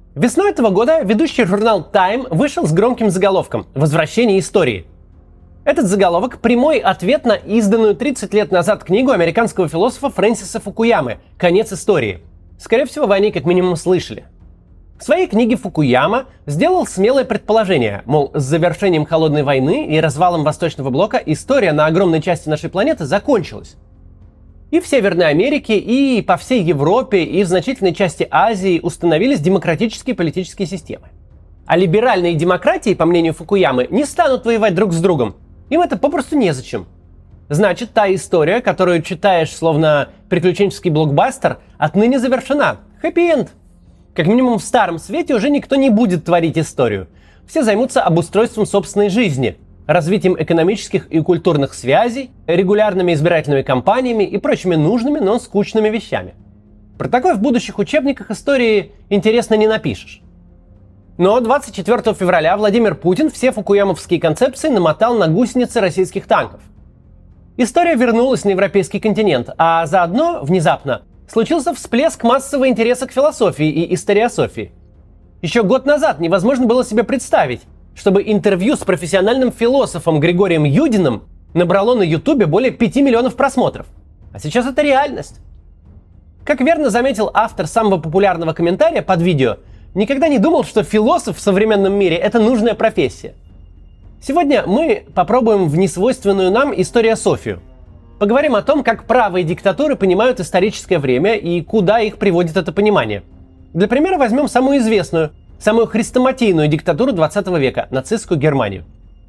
Весной этого года ведущий журнал Time вышел с громким заголовком «Возвращение истории». Этот заголовок – прямой ответ на изданную 30 лет назад книгу американского философа Фрэнсиса Фукуямы «Конец истории». Скорее всего, вы о ней как минимум слышали. В своей книге Фукуяма сделал смелое предположение, мол, с завершением Холодной войны и развалом Восточного блока история на огромной части нашей планеты закончилась. И в Северной Америке, и по всей Европе, и в значительной части Азии установились демократические политические системы. А либеральные демократии, по мнению Фукуямы, не станут воевать друг с другом. Им это попросту незачем. Значит, та история, которую читаешь словно приключенческий блокбастер, отныне завершена. Хэппи-энд. Как минимум в Старом Свете уже никто не будет творить историю. Все займутся обустройством собственной жизни, развитием экономических и культурных связей, регулярными избирательными кампаниями и прочими нужными, но скучными вещами. Про такое в будущих учебниках истории интересно не напишешь. Но 24 февраля Владимир Путин все фукуямовские концепции намотал на гусеницы российских танков. История вернулась на европейский континент, а заодно, внезапно, случился всплеск массового интереса к философии и историософии. Еще год назад невозможно было себе представить, чтобы интервью с профессиональным философом Григорием Юдиным набрало на Ютубе более 5 миллионов просмотров. А сейчас это реальность. Как верно заметил автор самого популярного комментария под видео, никогда не думал, что философ в современном мире – это нужная профессия. Сегодня мы попробуем в несвойственную нам историософию. Поговорим о том, как правые диктатуры понимают историческое время и куда их приводит это понимание. Для примера возьмем самую известную, самую хрестоматийную диктатуру 20 века – нацистскую Германию.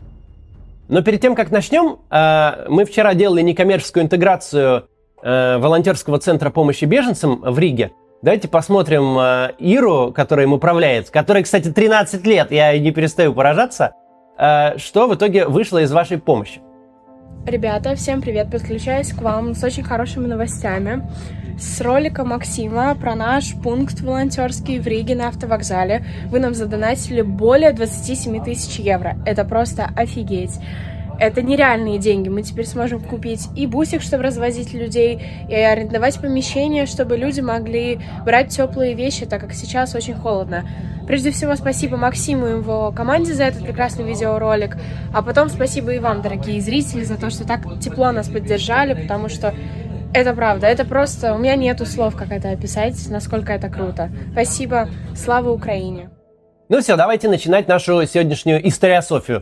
Но перед тем, как начнем, мы вчера делали некоммерческую интеграцию волонтерского центра помощи беженцам в Риге. Давайте посмотрим Иру, которая им управляет, которой, кстати, 13 лет, я не перестаю поражаться, что в итоге вышло из вашей помощи. Ребята, всем привет! Подключаюсь к вам с очень хорошими новостями. С ролика Максима про наш пункт волонтерский в Риге на автовокзале вы нам задонатили более 27 тысяч евро. Это просто офигеть! Это нереальные деньги. Мы теперь сможем купить и бусик, чтобы развозить людей, и арендовать помещение, чтобы люди могли брать теплые вещи, так как сейчас очень холодно. Прежде всего, спасибо Максиму и его команде за этот прекрасный видеоролик, а потом спасибо и вам, дорогие зрители, за то, что так тепло нас поддержали, потому что это правда, это просто... У меня нету слов, как это описать, насколько это круто. Спасибо, слава Украине! Ну все, давайте начинать нашу сегодняшнюю историософию.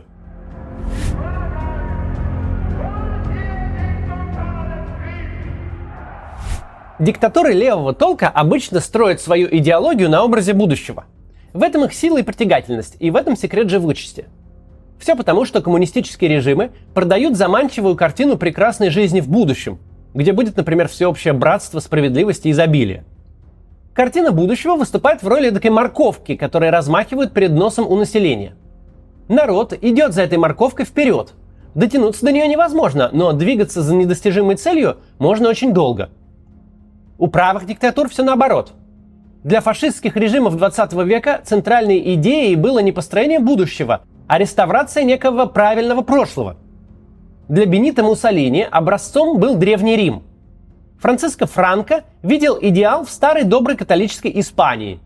Диктатуры левого толка обычно строят свою идеологию на образе будущего. В этом их сила и притягательность, и в этом секрет живучести. Все потому, что коммунистические режимы продают заманчивую картину прекрасной жизни в будущем, где будет, например, всеобщее братство, справедливость и изобилие. Картина будущего выступает в роли такой морковки, которая размахивают перед носом у населения. Народ идет за этой морковкой вперед. Дотянуться до нее невозможно, но двигаться за недостижимой целью можно очень долго. У правых диктатур все наоборот. Для фашистских режимов 20 века центральной идеей было не построение будущего, а реставрация некого правильного прошлого. Для Бенито Муссолини образцом был Древний Рим. Франциско Франко видел идеал в старой доброй католической Испании.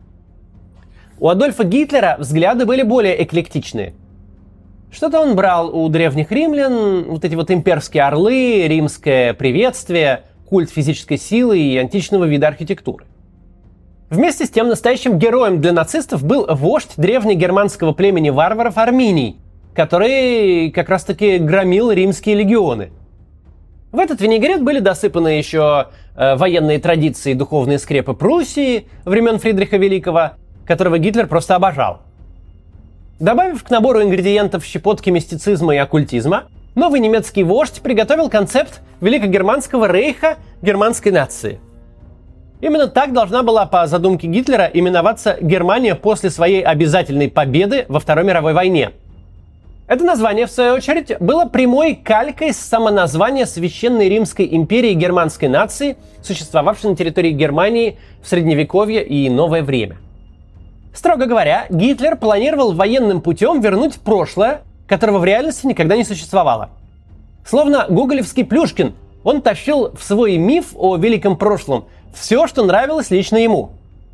У Адольфа Гитлера взгляды были более эклектичные. Что-то он брал у древних римлян, вот эти вот имперские орлы, римское приветствие, культ физической силы и античного вида архитектуры. Вместе с тем настоящим героем для нацистов был вождь древнегерманского племени варваров Арминий, который как раз-таки громил римские легионы. В этот винегрет были досыпаны еще военные традиции и духовные скрепы Пруссии времен Фридриха Великого, которого Гитлер просто обожал. Добавив к набору ингредиентов щепотки мистицизма и оккультизма, новый немецкий вождь приготовил концепт Великогерманского рейха германской нации. Именно так должна была, по задумке Гитлера, именоваться Германия после своей обязательной победы во Второй мировой войне. Это название, в свою очередь, было прямой калькой с самоназвания Священной Римской империи германской нации, существовавшей на территории Германии в Средневековье и Новое время. Строго говоря, Гитлер планировал военным путем вернуть прошлое, которого в реальности никогда не существовало. Словно гоголевский Плюшкин, он тащил в свой миф о великом прошлом все, что нравилось лично ему.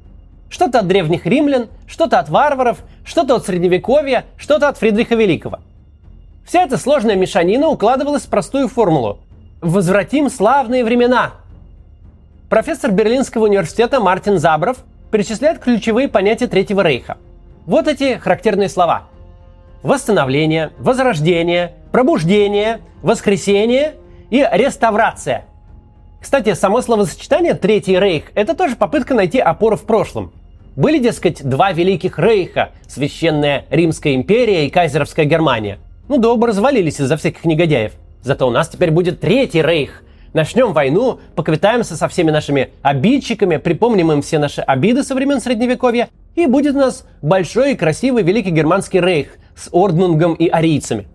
Что-то от древних римлян, что-то от варваров, что-то от Средневековья, что-то от Фридриха Великого. Вся эта сложная мешанина укладывалась в простую формулу: «Возвратим славные времена». Профессор Берлинского университета Мартин Забров перечисляет ключевые понятия Третьего Рейха. Вот эти характерные слова: восстановление, возрождение, пробуждение, воскресение и реставрация. Кстати, само словосочетание «Третий Рейх» — это тоже попытка найти опору в прошлом. Были, дескать, два великих рейха — Священная Римская империя и Кайзеровская Германия. Ну да, оба развалились из-за всяких негодяев. Зато у нас теперь будет Третий Рейх. Начнем войну, поквитаемся со всеми нашими обидчиками, припомним им все наши обиды со времен Средневековья, и будет у нас большой и красивый Великий Германский Рейх с Орднунгом и арийцами.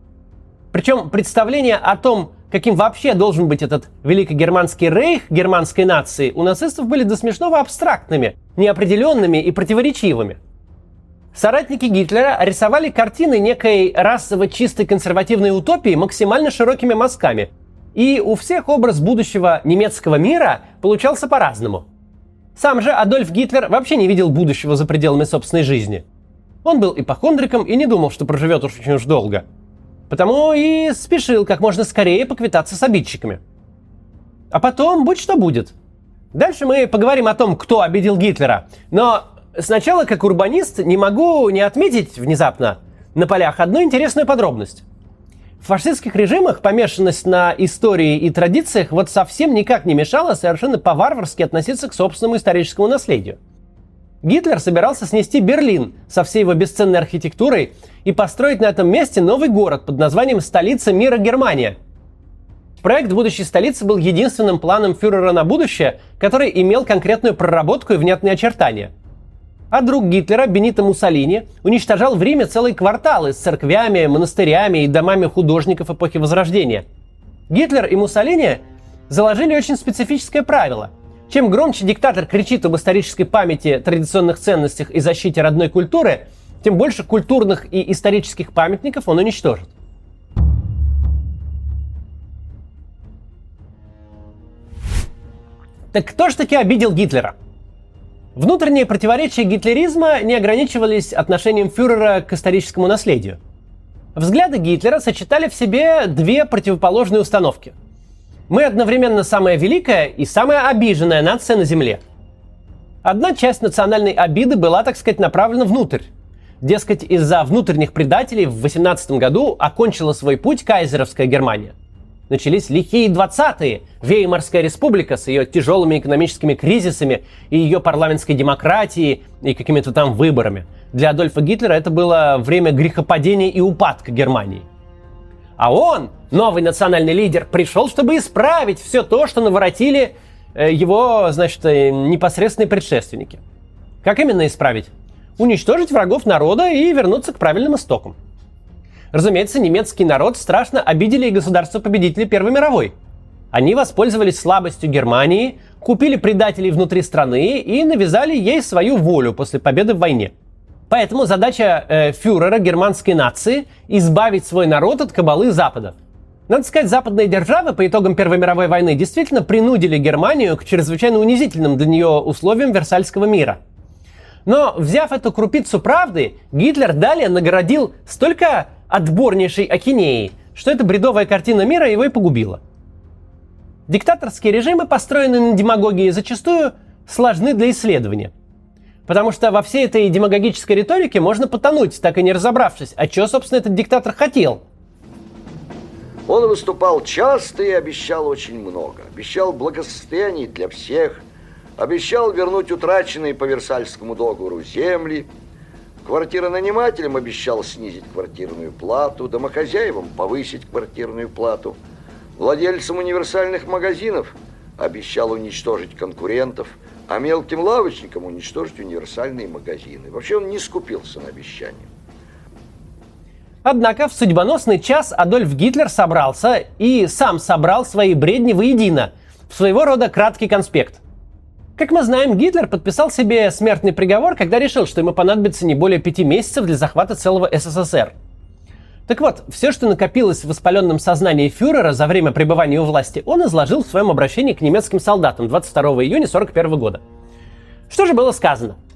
Причем представление о том, каким вообще должен быть этот Великий Германский Рейх германской нации, у нацистов были до смешного абстрактными, неопределенными и противоречивыми. Соратники Гитлера рисовали картины некой расово чистой консервативной утопии максимально широкими мазками, и у всех образ будущего немецкого мира получался по-разному. Сам же Адольф Гитлер вообще не видел будущего за пределами собственной жизни. Он был ипохондриком и не думал, что проживет очень уж долго. Потому и спешил как можно скорее поквитаться с обидчиками. А потом будь что будет. Дальше мы поговорим о том, кто обидел Гитлера. Но сначала, как урбанист, не могу не отметить внезапно на полях одну интересную подробность. В фашистских режимах помешанность на истории и традициях вот совсем никак не мешала совершенно по-варварски относиться к собственному историческому наследию. Гитлер собирался снести Берлин со всей его бесценной архитектурой и построить на этом месте новый город под названием «Столица мира Германия». Проект будущей столицы был единственным планом фюрера на будущее, который имел конкретную проработку и внятные очертания. А друг Гитлера, Бенито Муссолини, уничтожал в Риме целые кварталы с церквями, монастырями и домами художников эпохи Возрождения. Гитлер и Муссолини заложили очень специфическое правило. Чем громче диктатор кричит об исторической памяти, традиционных ценностях и защите родной культуры, тем больше культурных и исторических памятников он уничтожит. Так кто же таки обидел Гитлера? Внутренние противоречия гитлеризма не ограничивались отношением фюрера к историческому наследию. Взгляды Гитлера сочетали в себе две противоположные установки. Мы одновременно самая великая и самая обиженная нация на Земле. Одна часть национальной обиды была, так сказать, направлена внутрь. Дескать, из-за внутренних предателей в 18 году окончила свой путь кайзеровская Германия. Начались лихие 20-е, Веймарская республика с ее тяжелыми экономическими кризисами и ее парламентской демократией и какими-то там выборами. Для Адольфа Гитлера это было время грехопадения и упадка Германии. А он, новый национальный лидер, пришел, чтобы исправить все то, что наворотили его, значит, непосредственные предшественники. Как именно исправить? Уничтожить врагов народа и вернуться к правильным истокам. Разумеется, немецкий народ страшно обидели и государство-победители Первой мировой. Они воспользовались слабостью Германии, купили предателей внутри страны и навязали ей свою волю после победы в войне. Поэтому задача фюрера германской нации – избавить свой народ от кабалы Запада. Надо сказать, западные державы по итогам Первой мировой войны действительно принудили Германию к чрезвычайно унизительным для нее условиям Версальского мира. Но, взяв эту крупицу правды, Гитлер далее наградил столько отборнейшей ахинеей, что эта бредовая картина мира его и погубила. Диктаторские режимы, построенные на демагогии, зачастую сложны для исследования. Потому что во всей этой демагогической риторике можно потонуть, так и не разобравшись, а чего, собственно, этот диктатор хотел. Он выступал часто и обещал очень много. Обещал благосостояние для всех, обещал вернуть утраченные по Версальскому договору земли, квартиронанимателям обещал снизить квартирную плату, домохозяевам повысить квартирную плату, владельцам универсальных магазинов обещал уничтожить конкурентов, а мелким лавочникам уничтожить универсальные магазины. Вообще он не скупился на обещания. Однако в судьбоносный час Адольф Гитлер собрался и сам собрал свои бредни воедино, в своего рода краткий конспект. Как мы знаем, Гитлер подписал себе смертный приговор, когда решил, что ему понадобится не более 5 месяцев для захвата целого СССР. Так вот, все, что накопилось в воспаленном сознании фюрера за время пребывания у власти, он изложил в своем обращении к немецким солдатам 22 июня 1941 года. Что же было сказано?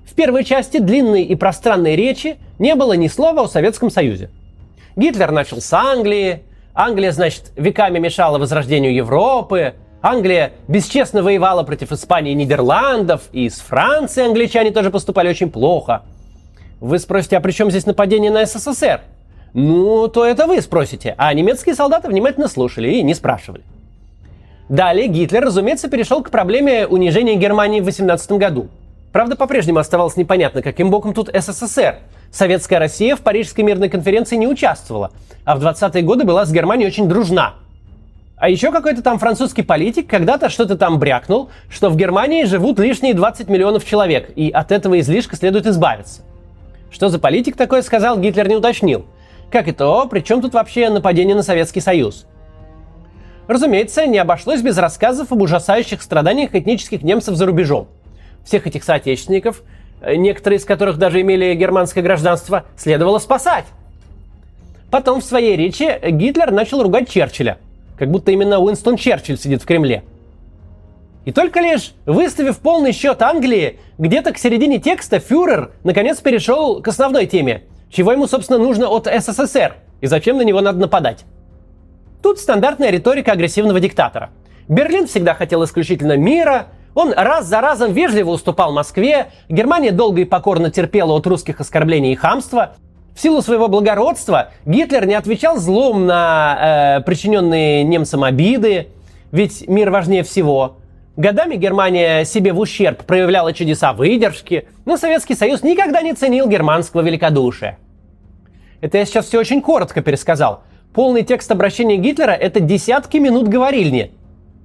В первой части длинной и пространной речи не было ни слова о Советском Союзе. Гитлер начал с Англии. Англия, значит, веками мешала возрождению Европы. Англия бесчестно воевала против Испании и Нидерландов. И с Францией англичане тоже поступали очень плохо. Вы спросите, а при чем здесь нападение на СССР? Ну, то это вы спросите. А немецкие солдаты внимательно слушали и не спрашивали. Далее Гитлер, разумеется, перешел к проблеме унижения Германии в 1918 году. Правда, по-прежнему оставалось непонятно, каким боком тут СССР. Советская Россия в Парижской мирной конференции не участвовала, а в 20-е годы была с Германией очень дружна. А еще какой-то там французский политик когда-то что-то там брякнул, что в Германии живут лишние 20 миллионов человек, и от этого излишка следует избавиться. Что за политик такое сказал, Гитлер не уточнил. Как и то, при чем тут вообще нападение на Советский Союз? Разумеется, не обошлось без рассказов об ужасающих страданиях этнических немцев за рубежом. Всех этих соотечественников, некоторые из которых даже имели германское гражданство, следовало спасать. Потом в своей речи Гитлер начал ругать Черчилля, как будто именно Уинстон Черчилль сидит в Кремле. И только лишь выставив полный счет Англии, где-то к середине текста фюрер наконец перешел к основной теме, чего ему, собственно, нужно от СССР и зачем на него надо нападать. Тут стандартная риторика агрессивного диктатора. Берлин всегда хотел исключительно мира, он раз за разом вежливо уступал Москве, Германия долго и покорно терпела от русских оскорблений и хамства. В силу своего благородства Гитлер не отвечал злом на причиненные немцам обиды, ведь мир важнее всего. Годами Германия себе в ущерб проявляла чудеса выдержки, но Советский Союз никогда не ценил германского великодушия. Это я сейчас все очень коротко пересказал. Полный текст обращения Гитлера – это десятки минут говорильни.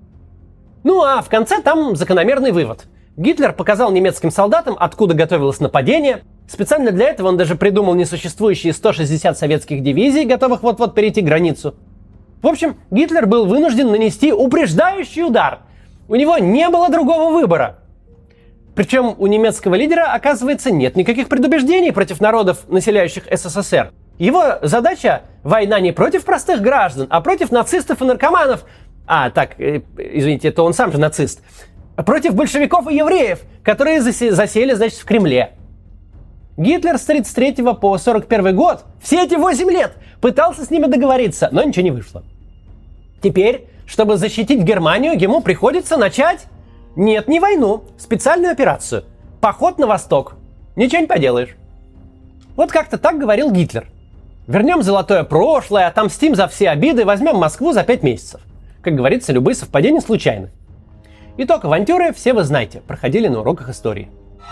Ну а в конце там закономерный вывод. Гитлер показал немецким солдатам, откуда готовилось нападение. Специально для этого он даже придумал несуществующие 160 советских дивизий, готовых вот-вот перейти границу. В общем, Гитлер был вынужден нанести упреждающий удар. У него не было другого выбора. Причем у немецкого лидера, оказывается, нет никаких предубеждений против народов, населяющих СССР. Его задача – война не против простых граждан, а против нацистов и наркоманов. Извините, это он сам же нацист. Против большевиков и евреев, которые засели, значит, в Кремле. Гитлер с 1933 по 1941 год, все эти 8 лет, пытался с ними договориться, но ничего не вышло. Теперь, чтобы защитить Германию, ему приходится начать... Нет, не войну, специальную операцию. Поход на восток. Ничего не поделаешь. Вот как-то так говорил Гитлер. Вернем золотое прошлое, отомстим за все обиды, возьмем Москву за 5 месяцев. Как говорится, любые совпадения случайны. Итог авантюры все вы знаете, проходили на уроках истории.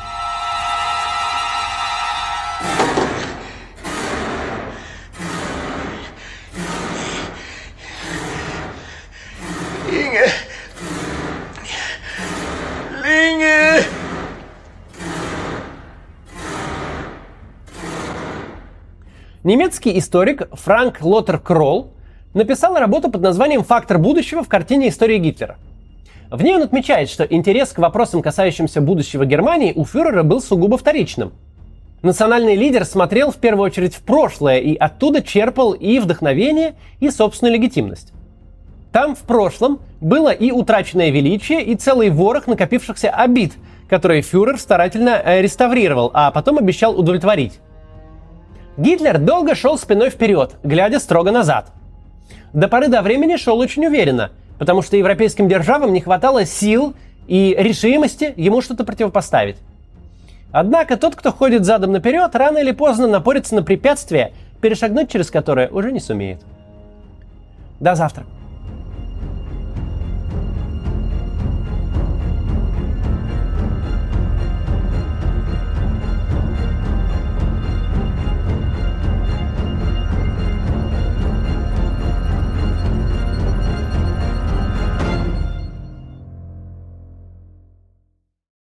Немецкий историк Франк Лотер Кролл написал работу под названием «Фактор будущего в картине истории Гитлера». В ней он отмечает, что интерес к вопросам, касающимся будущего Германии, у фюрера был сугубо вторичным. Национальный лидер смотрел в первую очередь в прошлое и оттуда черпал и вдохновение, и собственную легитимность. Там в прошлом было и утраченное величие, и целый ворох накопившихся обид, которые фюрер старательно реставрировал, а потом обещал удовлетворить. Гитлер долго шел спиной вперед, глядя строго назад. До поры до времени шел очень уверенно, потому что европейским державам не хватало сил и решимости ему что-то противопоставить. Однако тот, кто ходит задом наперед, рано или поздно напорится на препятствие, перешагнуть через которое уже не сумеет. До завтра.